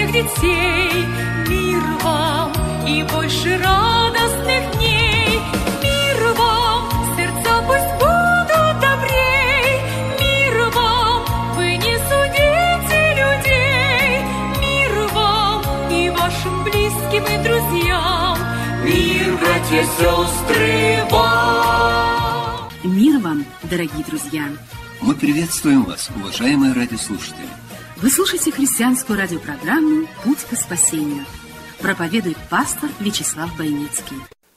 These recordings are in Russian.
всех детей. Мир вам и больше радостных дней. Мир вам, сердца пусть будут добрей. Мир вам, вы не судите людей. Мир вам и вашим близким и друзьям. Мир, братья, сестры, вам! Мир вам, дорогие друзья! Мы приветствуем вас, уважаемые радиослушатели. Вы слушаете христианскую радиопрограмму «Путь к спасению». Проповедует пастор Вячеслав Бойницкий.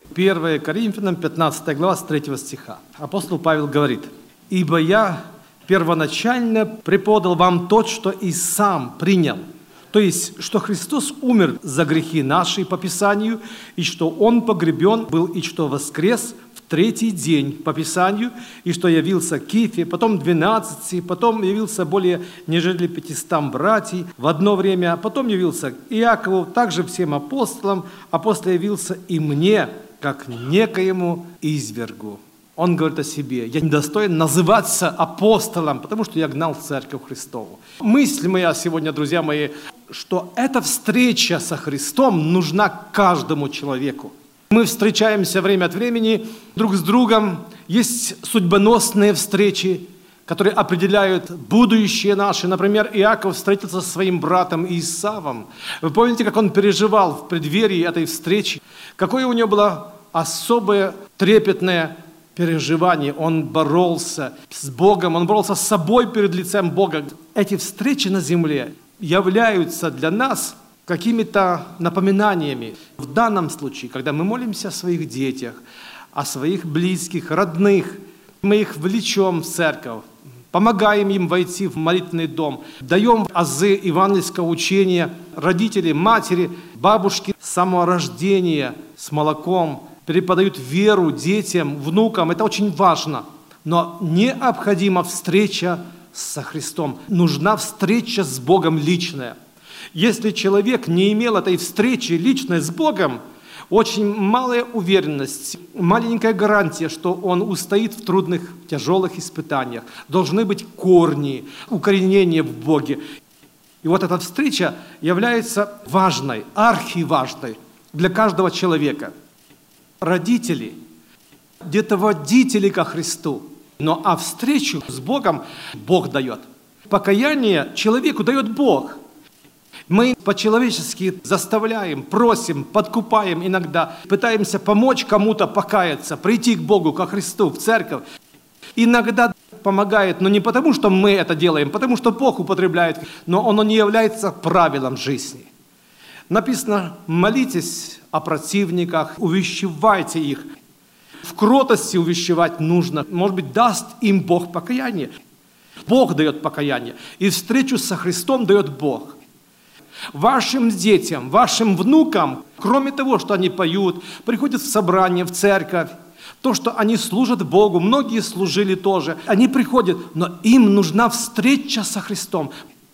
1 Коринфянам, 15 глава, с 3 стиха. Апостол Павел говорит: «Ибо я первоначально преподал вам то, что и сам принял». То есть, что Христос умер за грехи наши по Писанию, и что Он погребен был, и что воскрес в третий день по Писанию, и что явился Кифе, потом 12, потом явился более нежели 500 братьев в одно время, потом явился Иакову, также всем апостолам, а после явился и мне, как некоему извергу. Он говорит о себе: я недостоин называться апостолом, потому что я гнал Церковь Христову. Мысль моя сегодня, друзья мои, что эта встреча со Христом нужна каждому человеку. Мы встречаемся время от времени друг с другом. Есть судьбоносные встречи, которые определяют будущее наше. Например, Иаков встретился со своим братом Исавом. Вы помните, как он переживал в преддверии этой встречи? Какое у него было особое трепетное переживание. Он боролся с Богом, он боролся с собой перед лицем Бога. Эти встречи на земле являются для нас какими-то напоминаниями. В данном случае, когда мы молимся о своих детях, о своих близких, родных, мы их влечем в церковь, помогаем им войти в молитвенный дом, даем азы евангельского учения, родители, матери, бабушки с самого рождения, с молоком, переподают веру детям, внукам. Это очень важно. Но необходима встреча со Христом. Нужна встреча с Богом личная. Если человек не имел этой встречи личной с Богом, очень малая уверенность, маленькая гарантия, что он устоит в трудных, тяжелых испытаниях. Должны быть корни, укоренения в Боге. И вот эта встреча является важной, архиважной для каждого человека. Родители, где-то водители ко Христу, но встречу с Богом Бог дает. Покаяние человеку дает Бог. Мы по-человечески заставляем, просим, подкупаем иногда, пытаемся помочь кому-то покаяться, прийти к Богу, ко Христу, в церковь. Иногда помогает, но не потому, что мы это делаем, потому что Бог употребляет, но оно не является правилом жизни. Написано: молитесь о противниках, увещевайте их. В кротости увещевать нужно. Может быть, даст им Бог покаяние. Бог дает покаяние. И встречу со Христом дает Бог. Вашим детям, вашим внукам, кроме того, что они поют, приходят в собрание, в церковь, то, что они служат Богу, многие служили тоже, они приходят, но им нужна встреча со Христом.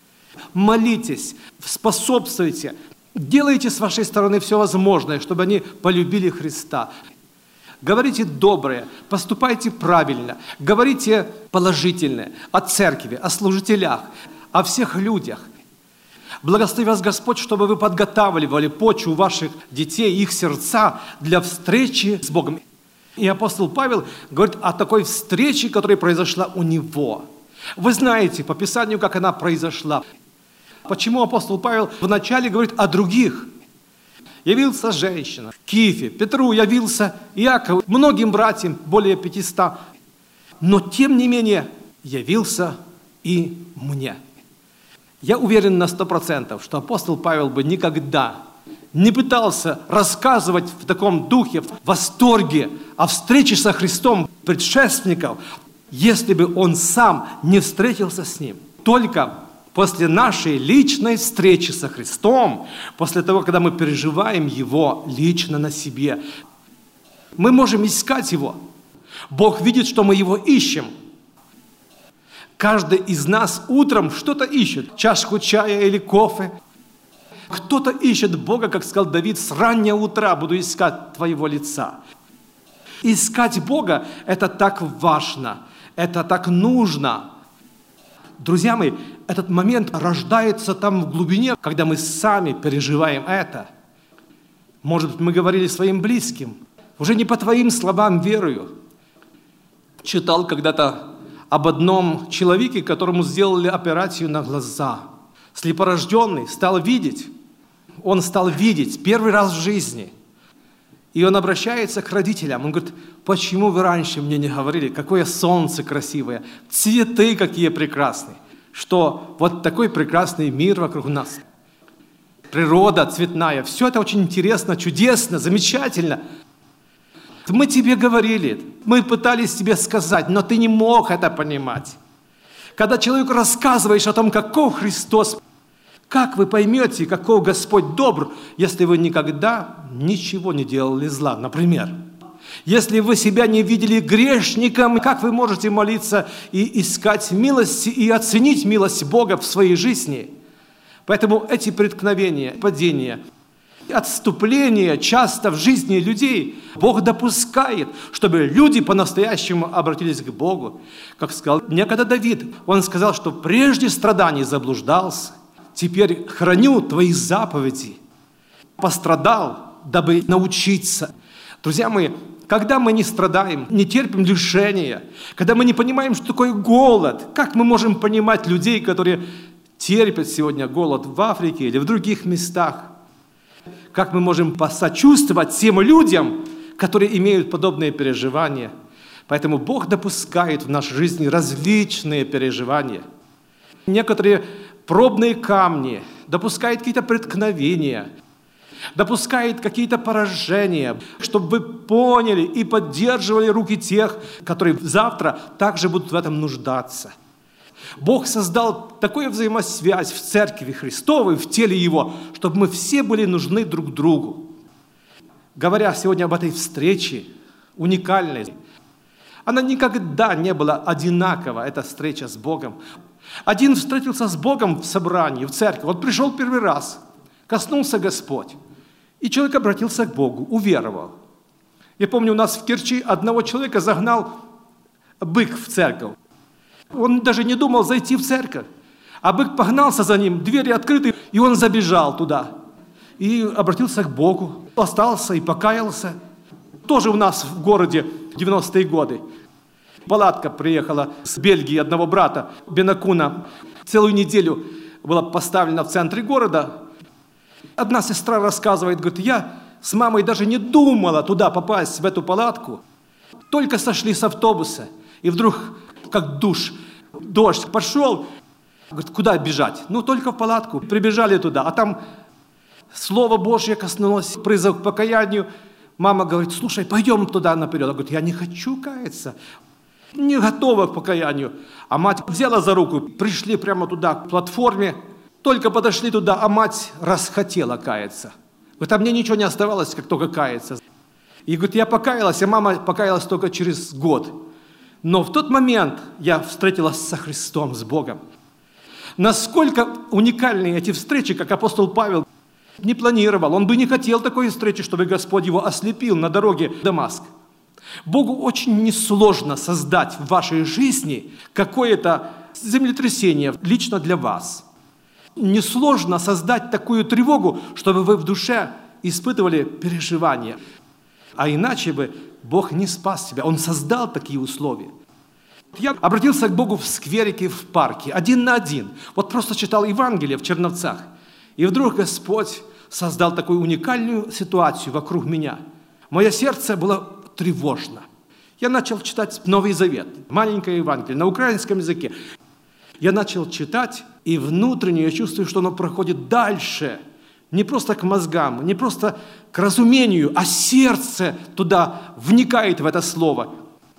Молитесь, способствуйте, делайте с вашей стороны все возможное, чтобы они полюбили Христа. Говорите доброе, поступайте правильно, говорите положительное о церкви, о служителях, о всех людях. Благослови вас Господь, чтобы вы подготавливали почву ваших детей, их сердца для встречи с Богом. И апостол Павел говорит о такой встрече, которая произошла у него. Вы знаете по Писанию, как она произошла. Почему апостол Павел вначале говорит о других? Явился женщина, Кифе, Петру явился Иакову, многим братьям, более 500. Но тем не менее явился и мне. Я уверен на 100%, что апостол Павел бы никогда не пытался рассказывать в таком духе, в восторге о встрече со Христом предшественников, если бы он сам не встретился с Ним. Только после нашей личной встречи со Христом, после того, когда мы переживаем Его лично на себе, мы можем искать Его. Бог видит, что мы Его ищем. Каждый из нас утром что-то ищет, чашку чая или кофе. Кто-то ищет Бога, как сказал Давид: с раннего утра буду искать Твоего лица. Искать Бога – это так важно, это так нужно. Друзья мои, этот момент рождается там в глубине, когда мы сами переживаем это. Может быть, мы говорили своим близким, уже не по твоим словам верую. Читал когда-то об одном человеке, которому сделали операцию на глаза. Слепорожденный стал видеть. Он стал видеть первый раз в жизни. И он обращается к родителям. Он говорит: почему вы раньше мне не говорили, какое солнце красивое, цветы какие прекрасные, что вот такой прекрасный мир вокруг нас. Природа цветная, все это очень интересно, чудесно, замечательно. Мы тебе говорили, мы пытались тебе сказать, но ты не мог это понимать. Когда человеку рассказываешь о том, каков Христос, как вы поймете, каков Господь добр, если вы никогда ничего не делали зла, например? Если вы себя не видели грешником, как вы можете молиться и искать милости и оценить милость Бога в своей жизни? Поэтому эти преткновения, падения, отступления часто в жизни людей Бог допускает, чтобы люди по-настоящему обратились к Богу. Как сказал некогда Давид, он сказал, что прежде страданий заблуждался, теперь храню твои заповеди. Пострадал, дабы научиться. Друзья мои, когда мы не страдаем, не терпим лишения, когда мы не понимаем, что такое голод, как мы можем понимать людей, которые терпят сегодня голод в Африке или в других местах? Как мы можем посочувствовать тем людям, которые имеют подобные переживания? Поэтому Бог допускает в нашей жизни различные переживания. Некоторые пробные камни, допускает какие-то преткновения, допускает какие-то поражения, чтобы вы поняли и поддерживали руки тех, которые завтра также будут в этом нуждаться. Бог создал такую взаимосвязь в Церкви Христовой, в теле Его, чтобы мы все были нужны друг другу. Говоря сегодня об этой встрече, уникальной, она никогда не была одинакова, эта встреча с Богом. Один встретился с Богом в собрании, в церкви, вот пришел первый раз, коснулся Господь, и человек обратился к Богу, уверовал. Я помню, у нас в Керчи одного человека загнал бык в церковь. Он даже не думал зайти в церковь, а бык погнался за ним, двери открыты, и он забежал туда. И обратился к Богу, остался и покаялся. Тоже у нас в городе в 90-е годы. Палатка приехала с Бельгии одного брата, Бенакуна. Целую неделю была поставлена в центре города. Одна сестра рассказывает, говорит, я с мамой даже не думала туда попасть, в эту палатку. Только сошли с автобуса, и вдруг, как душ, дождь пошел. Говорит, куда бежать? Ну, только в палатку. Прибежали туда, а там Слово Божье коснулось, призыв к покаянию. Мама говорит, слушай, пойдем туда наперед. Она говорит, я не хочу каяться, не готова к покаянию. А мать взяла за руку, пришли прямо туда, к платформе. Только подошли туда, а мать расхотела каяться. Говорит, а мне ничего не оставалось, как только каяться. И говорит, я покаялась, а мама покаялась только через год. Но в тот момент я встретилась со Христом, с Богом. Насколько уникальны эти встречи, как апостол Павел не планировал. Он бы не хотел такой встречи, чтобы Господь его ослепил на дороге в Дамаск. Богу очень несложно создать в вашей жизни какое-то землетрясение лично для вас. Несложно создать такую тревогу, чтобы вы в душе испытывали переживания. А иначе бы Бог не спас себя. Он создал такие условия. Я обратился к Богу в скверике, в парке, один на один. Вот просто читал Евангелие в Черновцах. И вдруг Господь создал такую уникальную ситуацию вокруг меня. Мое сердце было тревожно. Я начал читать Новый Завет, маленькое Евангелие, на украинском языке. Я начал читать, и внутренне я чувствую, что оно проходит дальше. Не просто к мозгам, не просто к разумению, а сердце туда вникает в это слово.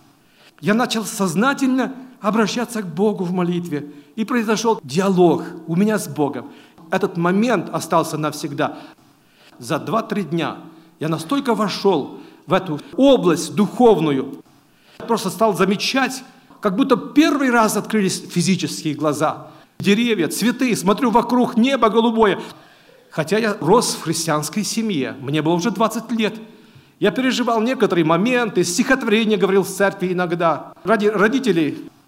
Я начал сознательно обращаться к Богу в молитве. И произошел диалог у меня с Богом. Этот момент остался навсегда. За 2-3 дня я настолько вошел в эту область духовную, просто стал замечать, как будто первый раз открылись физические глаза. Деревья, цветы, смотрю вокруг, небо голубое. Хотя я рос в христианской семье, мне было уже 20 лет. Я переживал некоторые моменты, стихотворения говорил в церкви иногда. Ради родителей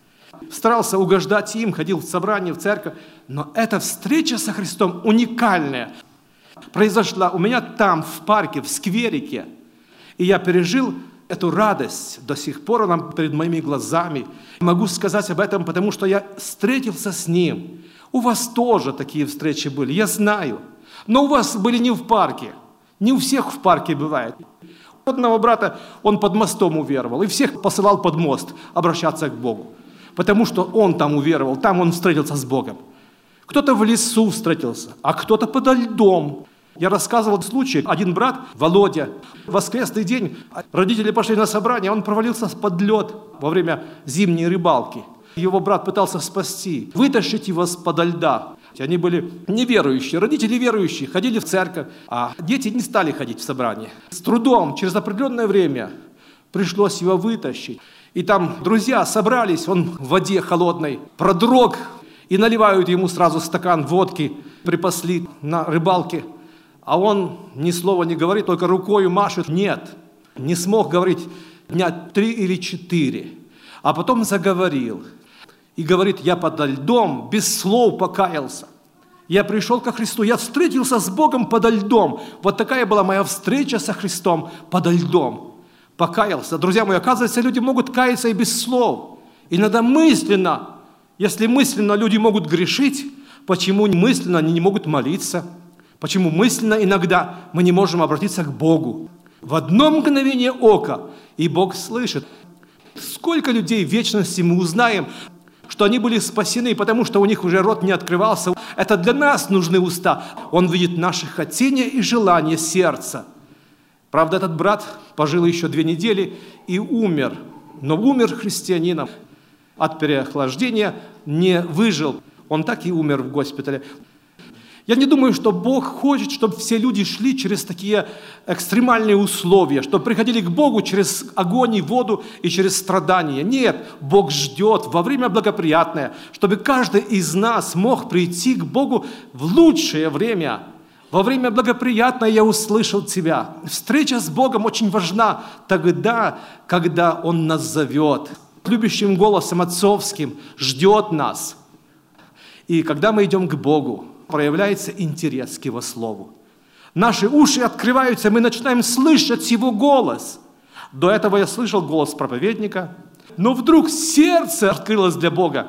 старался угождать им, ходил в собрание, в церковь. Но эта встреча со Христом уникальная. Произошла у меня там, в парке, в скверике. И я пережил эту радость. До сих пор она перед моими глазами. Могу сказать об этом, потому что я встретился с Ним. У вас тоже такие встречи были, я знаю. Но у вас были не в парке. Не у всех в парке бывает. У одного брата, он под мостом уверовал. И всех посылал под мост обращаться к Богу. Потому что он там уверовал, там он встретился с Богом. Кто-то в лесу встретился, а кто-то подо льдом. Я рассказывал случай. Один брат, Володя, в воскресный день родители пошли на собрание, он провалился под лед во время зимней рыбалки. Его брат пытался спасти, вытащить его подо льда. Они были неверующие, родители верующие, ходили в церковь, а дети не стали ходить в собрание. С трудом, через определенное время пришлось его вытащить. И там друзья собрались, он в воде холодной продрог, и наливают ему сразу стакан водки, припасли на рыбалке. А он ни слова не говорит, только рукой машет. Нет, не смог говорить дня 3 или 4. А потом заговорил. И говорит, я подо льдом без слов покаялся. Я пришел ко Христу, я встретился с Богом подо льдом. Вот такая была моя встреча со Христом подо льдом. Покаялся. Друзья мои, оказывается, люди могут каяться и без слов. Иногда мысленно. Если мысленно люди могут грешить, почему мысленно они не могут молиться? Почему мысленно иногда мы не можем обратиться к Богу? В одно мгновение ока, и Бог слышит. Сколько людей в вечности мы узнаем, что они были спасены, потому что у них уже рот не открывался. Это для нас нужны уста. Он видит наши хотения и желания сердца. Правда, этот брат пожил еще 2 недели и умер. Но умер христианином. От переохлаждения не выжил. Он так и умер в госпитале. Я не думаю, что Бог хочет, чтобы все люди шли через такие экстремальные условия, чтобы приходили к Богу через огонь и воду и через страдания. Нет, Бог ждет во время благоприятное, чтобы каждый из нас мог прийти к Богу в лучшее время. Во время благоприятное я услышал тебя. Встреча с Богом очень важна тогда, когда Он нас зовет. Любящим голосом отцовским ждет нас. И когда мы идем к Богу, проявляется интерес к Его Слову. Наши уши открываются, мы начинаем слышать Его голос. До этого я слышал голос проповедника, но вдруг сердце открылось для Бога.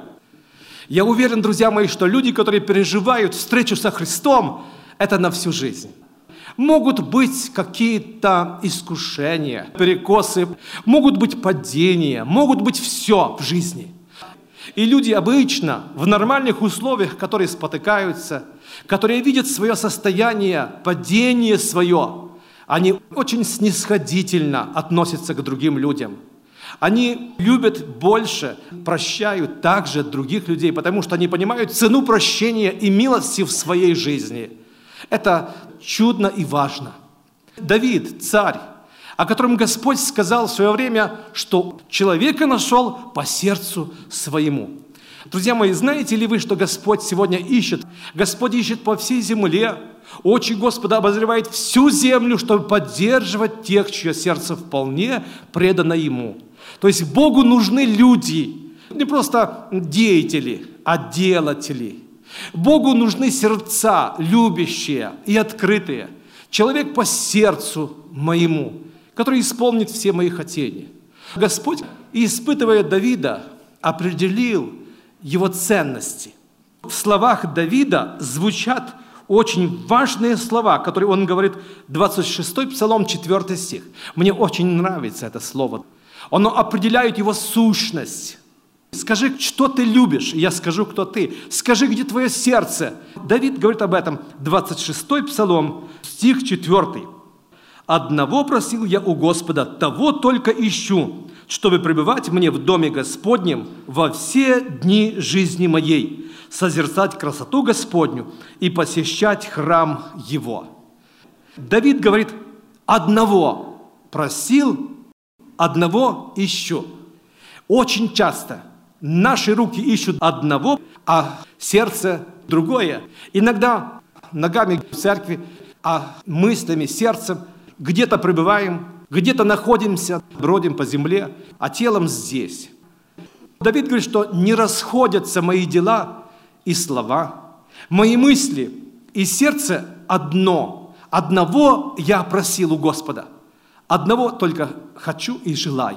Я уверен, друзья мои, что люди, которые переживают встречу со Христом, это на всю жизнь. Могут быть какие-то искушения, перекосы, могут быть падения, могут быть все в жизни. И люди обычно в нормальных условиях, которые спотыкаются, которые видят свое состояние, падение свое, они очень снисходительно относятся к другим людям. Они любят больше, прощают также других людей, потому что они понимают цену прощения и милости в своей жизни. Это чудно и важно. Давид, царь, о котором Господь сказал в свое время, что человека нашел по сердцу своему. Друзья мои, знаете ли вы, что Господь сегодня ищет? Господь ищет по всей земле. Очи Господа обозревают всю землю, чтобы поддерживать тех, чье сердце вполне предано Ему. То есть Богу нужны люди, не просто деятели, а делатели. Богу нужны сердца любящие и открытые. Человек по сердцу моему, который исполнит все мои хотения. Господь, испытывая Давида, определил его ценности. В словах Давида звучат очень важные слова, которые он говорит, 26-й Псалом, 4 стих. Мне очень нравится это слово. Оно определяет его сущность. Скажи, что ты любишь, и я скажу, кто ты. Скажи, где твое сердце. Давид говорит об этом, 26-й Псалом, стих 4. «Одного просил я у Господа, того только ищу, чтобы пребывать мне в доме Господнем во все дни жизни моей, созерцать красоту Господню и посещать храм Его». Давид говорит, одного просил, одного ищу. Очень часто наши руки ищут одного, а сердце другое. Иногда ногами в церкви, а мыслями, сердцем где-то пребываем, где-то находимся, бродим по земле, а телом здесь. Давид говорит, что не расходятся мои дела и слова, мои мысли и сердце одно. Одного я просил у Господа. Одного только хочу и желаю.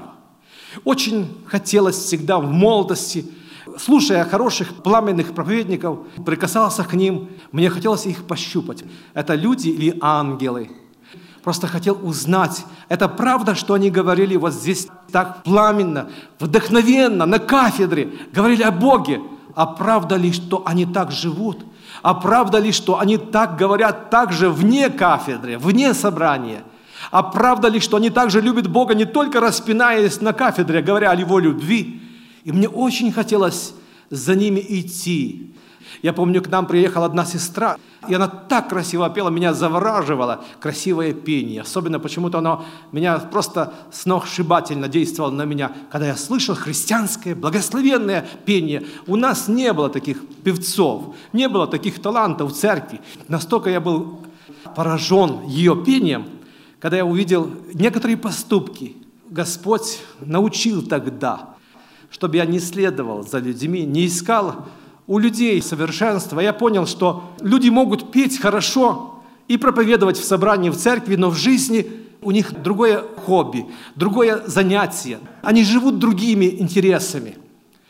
Очень хотелось всегда в молодости, слушая хороших пламенных проповедников, прикасался к ним, мне хотелось их пощупать. Это люди или ангелы? Просто хотел узнать, это правда, что они говорили вот здесь так пламенно, вдохновенно, на кафедре, говорили о Боге. А правда ли, что они так живут? А правда ли, что они так говорят также вне кафедры, вне собрания? А правда ли, что они также любят Бога, не только распинаясь на кафедре, говоря о Его любви? И мне очень хотелось за ними идти. Я помню, к нам приехала одна сестра, и она так красиво пела, меня завораживало красивое пение. Особенно почему-то оно меня просто сногсшибательно действовало на меня, когда я слышал христианское, благословенное пение. У нас не было таких певцов, не было таких талантов в церкви. Настолько я был поражен ее пением, когда я увидел некоторые поступки. Господь научил тогда, чтобы я не следовал за людьми, не искал у людей совершенства. Я понял, что люди могут петь хорошо и проповедовать в собрании, в церкви, но в жизни у них другое хобби, другое занятие. Они живут другими интересами.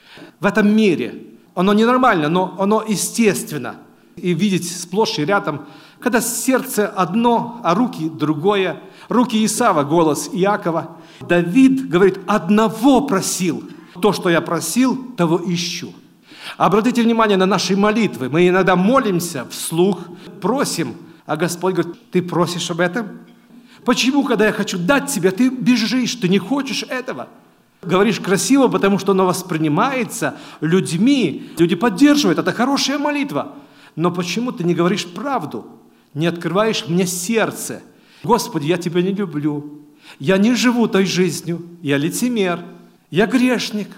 В этом мире оно ненормально, но оно естественно. И видеть сплошь и рядом, когда сердце одно, а руки другое. Руки Исава, голос Иакова. Давид говорит, одного просил. То, что я просил, того ищу. Обратите внимание на наши молитвы. Мы иногда молимся вслух, просим, а Господь говорит, ты просишь об этом? Почему, когда я хочу дать тебе, ты бежишь, ты не хочешь этого? Говоришь красиво, потому что оно воспринимается людьми. Люди поддерживают, это хорошая молитва. Но почему ты не говоришь правду? Не открываешь мне сердце. Господи, я тебя не люблю. Я не живу той жизнью. Я лицемер. Я грешник.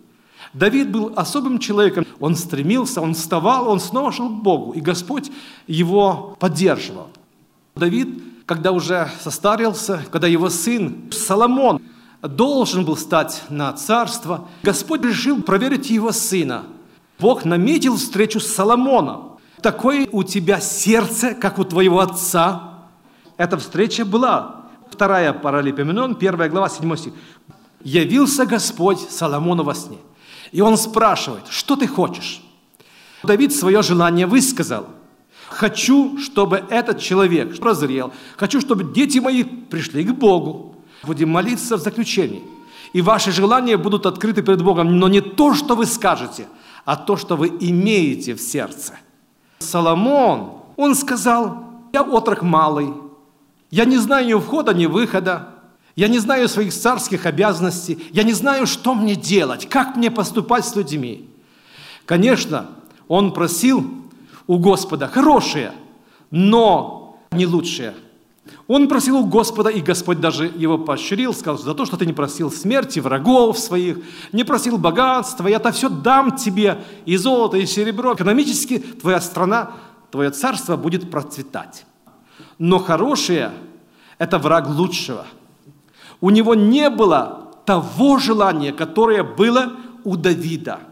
Давид был особым человеком. Он стремился, он вставал, он снова шел к Богу. И Господь его поддерживал. Давид, когда уже состарился, когда его сын Соломон должен был стать на царство, Господь решил проверить его сына. Бог наметил встречу с Соломоном. Такое у тебя сердце, как у твоего отца. Эта встреча была. 2 Паралипоменон, 1 глава, 7 стих. «Явился Господь Соломону во сне». И он спрашивает, что ты хочешь? Давид свое желание высказал. Хочу, чтобы этот человек прозрел. Хочу, чтобы дети мои пришли к Богу. Будем молиться в заключении. И ваши желания будут открыты перед Богом. Но не то, что вы скажете, а то, что вы имеете в сердце. Соломон, он сказал, я отрок малый. Я не знаю ни входа, ни выхода. Я не знаю своих царских обязанностей. Я не знаю, что мне делать, как мне поступать с людьми. Конечно, он просил у Господа хорошее, но не лучшее. Он просил у Господа, и Господь даже его поощрил, сказал, за то, что ты не просил смерти врагов своих, не просил богатства, я это все дам тебе, и золото, и серебро. Экономически твоя страна, твое царство будет процветать. Но хорошее – это враг лучшего. У него не было того желания, которое было у Давида.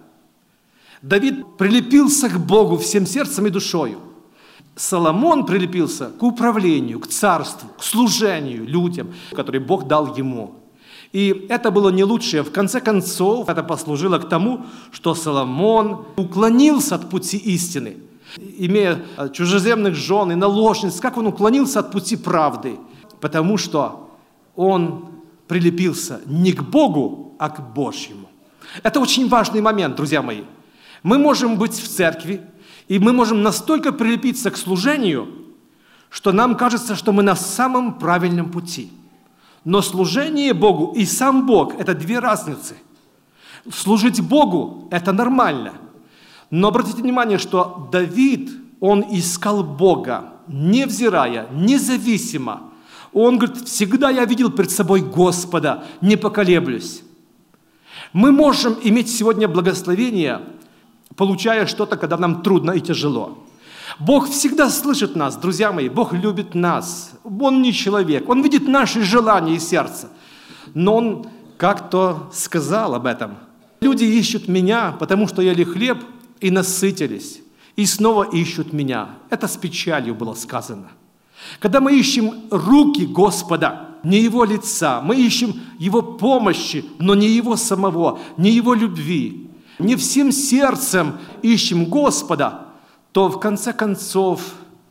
Давид прилепился к Богу всем сердцем и душою. Соломон прилепился к управлению, к царству, к служению людям, которые Бог дал ему. И это было не лучшее. В конце концов, это послужило к тому, что Соломон уклонился от пути истины, имея чужеземных жен и наложниц. Как он уклонился от пути правды? Потому что он прилепился не к Богу, а к Божьему. Это очень важный момент, друзья мои. Мы можем быть в церкви, и мы можем настолько прилепиться к служению, что нам кажется, что мы на самом правильном пути. Но служение Богу и сам Бог – это две разницы. Служить Богу – это нормально. Но обратите внимание, что Давид, он искал Бога, невзирая, независимо. Он говорит, всегда я видел пред собой Господа, не поколеблюсь. Мы можем иметь сегодня благословение, получая что-то, когда нам трудно и тяжело. Бог всегда слышит нас, друзья мои, Бог любит нас. Он не человек, Он видит наши желания и сердце. Но Он как-то сказал об этом. Люди ищут меня, потому что ели хлеб и насытились, и снова ищут меня. Это с печалью было сказано. Когда мы ищем руки Господа, не Его лица, мы ищем Его помощи, но не Его самого, не Его любви, не всем сердцем ищем Господа, то в конце концов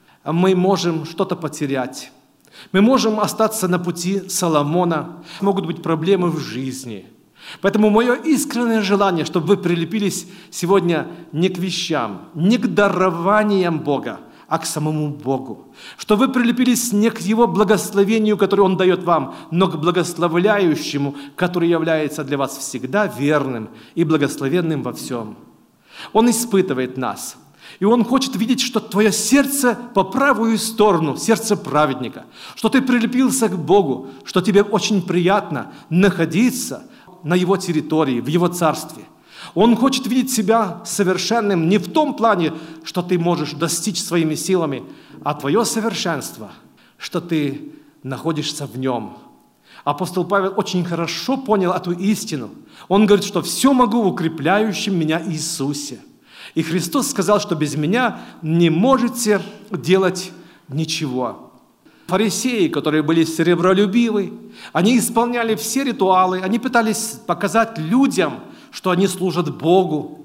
мы можем что-то потерять. Мы можем остаться на пути Соломона, могут быть проблемы в жизни. Поэтому мое искреннее желание, чтобы вы прилепились сегодня не к вещам, не к дарованиям Бога, а к самому Богу. Что вы прилепились не к Его благословению, которое Он дает вам, но к благословляющему, который является для вас всегда верным и благословенным во всем. Он испытывает нас. И Он хочет видеть, что твое сердце по правую сторону, сердце праведника, что ты прилепился к Богу, что тебе очень приятно находиться на Его территории, в Его царстве. Он хочет видеть себя совершенным не в том плане, что ты можешь достичь своими силами, а твое совершенство, что ты находишься в Нем. Апостол Павел очень хорошо понял эту истину. Он говорит, что все могу в укрепляющем меня Иисусе. И Христос сказал, что без меня не можете делать ничего. Фарисеи, которые были серебролюбивы, они исполняли все ритуалы, они пытались показать людям, что они служат Богу,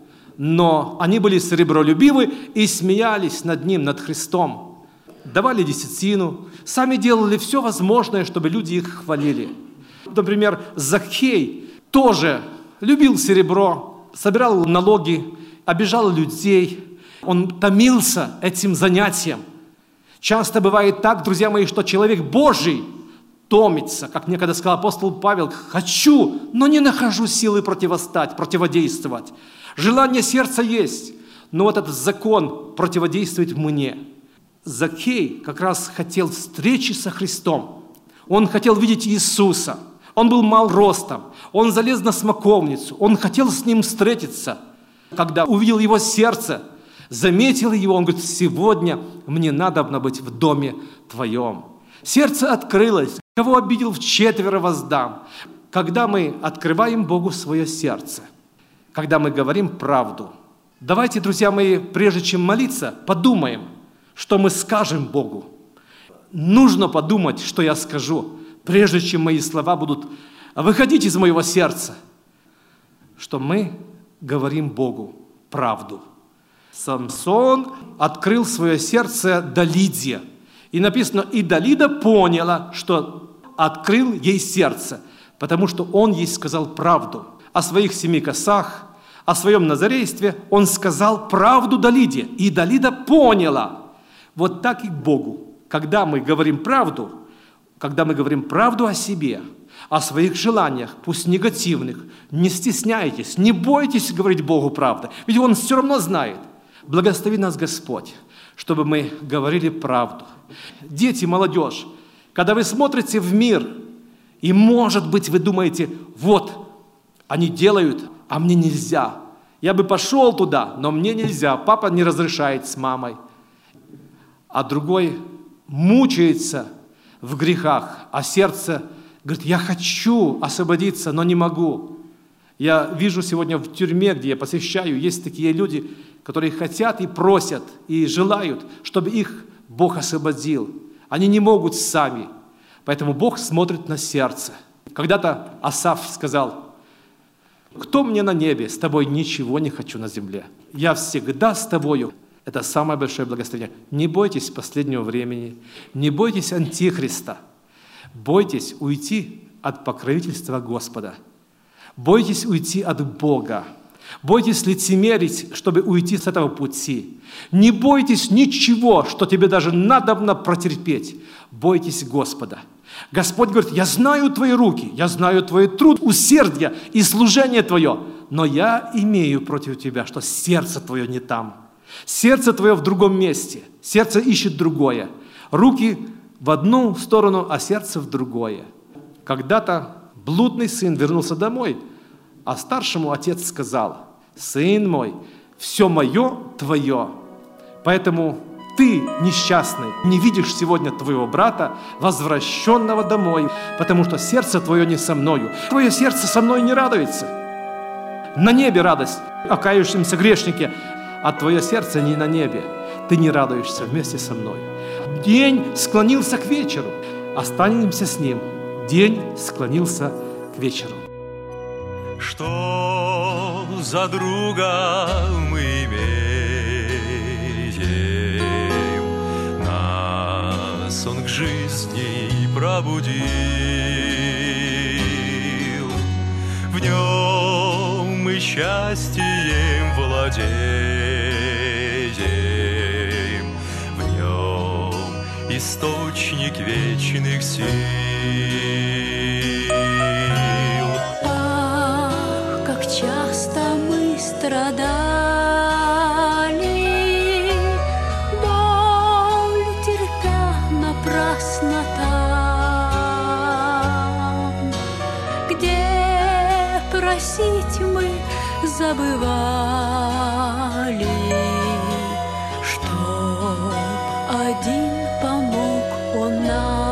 но они были серебролюбивы и смеялись над Ним, над Христом. Давали десятину, сами делали все возможное, чтобы люди их хвалили. Например, Закхей тоже любил серебро, собирал налоги, обижал людей. Он томился этим занятием. Часто бывает так, друзья мои, что человек Божий томится, как некогда сказал апостол Павел: «Хочу, но не нахожу силы противостать, противодействовать». Желание сердца есть, но вот этот закон противодействует мне. Закхей как раз хотел встречи со Христом. Он хотел видеть Иисуса. Он был мал ростом. Он залез на смоковницу. Он хотел с Ним встретиться. Когда увидел Его сердце, заметил Его, он говорит: «Сегодня мне надобно быть в доме Твоем». Сердце открылось. Кого обидел, вчетверо воздам. Когда мы открываем Богу свое сердце, когда мы говорим правду, давайте, друзья мои, прежде чем молиться, подумаем, что мы скажем Богу. Нужно подумать, что я скажу, прежде чем мои слова будут выходить из моего сердца, что мы говорим Богу правду. Самсон открыл свое сердце Далиде. И написано: «И Далида поняла, что открыл ей сердце, потому что он ей сказал правду. О своих 7 косах, о своем назарействе он сказал правду Далиде. И Далида поняла». Вот так и к Богу. Когда мы говорим правду о себе, о своих желаниях, пусть негативных, не стесняйтесь, не бойтесь говорить Богу правду, ведь Он все равно знает. Благослови нас Господь, чтобы мы говорили правду. Дети, молодежь, когда вы смотрите в мир, и, может быть, вы думаете: вот, они делают, а мне нельзя. Я бы пошел туда, но мне нельзя, папа не разрешает с мамой. А другой мучается в грехах, а сердце говорит: я хочу освободиться, но не могу. Я вижу сегодня в тюрьме, где я посещаю, есть такие люди, которые хотят и просят, и желают, чтобы их Бог освободил. Они не могут сами, поэтому Бог смотрит на сердце. Когда-то Асаф сказал: «Кто мне на небе? С тобой ничего не хочу на земле. Я всегда с тобою». Это самое большое благословение. Не бойтесь последнего времени, не бойтесь антихриста. Бойтесь уйти от покровительства Господа. Бойтесь уйти от Бога. Бойтесь лицемерить, чтобы уйти с этого пути. Не бойтесь ничего, что тебе даже надобно протерпеть. Бойтесь Господа. Господь говорит: я знаю твои руки, я знаю твой труд, усердие и служение твое, но я имею против тебя, что сердце твое не там. Сердце твое в другом месте. Сердце ищет другое. Руки в одну сторону, а сердце в другое. Когда-то блудный сын вернулся домой, а старшему отец сказал: «Сын мой, все мое твое, поэтому ты, несчастный, не видишь сегодня твоего брата, возвращенного домой, потому что сердце твое не со мною. Твое сердце со мной не радуется». На небе радость о кающемся грешнике, а твое сердце не на небе. Ты не радуешься вместе со мной. День склонился к вечеру. Останемся с ним. День склонился к вечеру. Что за друга мы имеем? Нас он к жизни пробудил. В нем мы счастьем владеем. В нем источник вечных сил. Часто мы страдали, боль терпя напрасно там, где просить мы забывали, чтоб один помог он нам.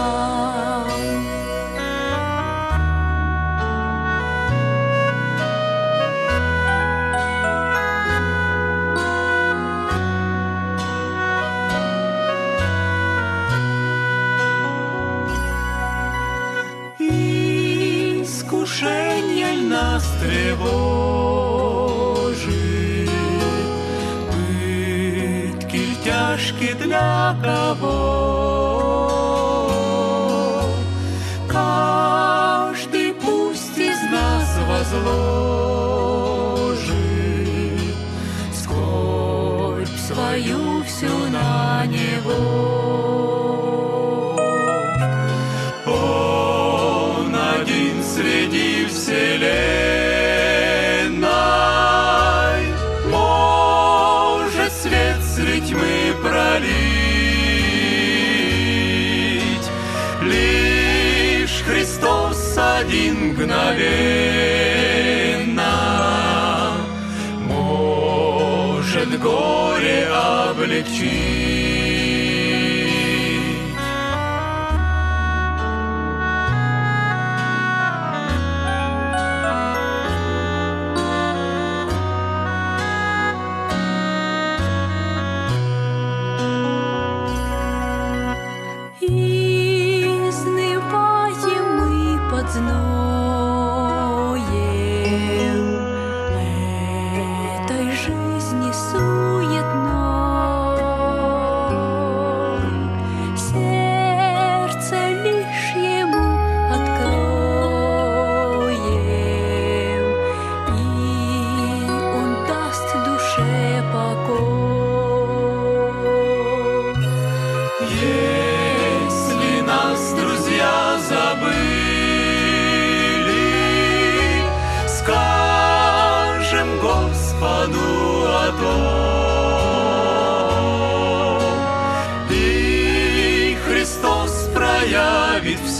Нас тревожит, пытки тяжкие для кого? Каждый пусть из нас возложит скорбь свою всю на него. Он один среди вселенной может свет средь тьмы пролить. Лишь Христос один мгновенно может горе облегчить. Зноем этой жизни суетной, сердце лишь ему откроем, и он даст душе покой. Если нас друзья забыли, скажем Господу о том, и Христос проявит в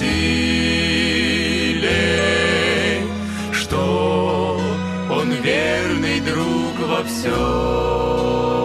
силе, что Он верный друг во всем.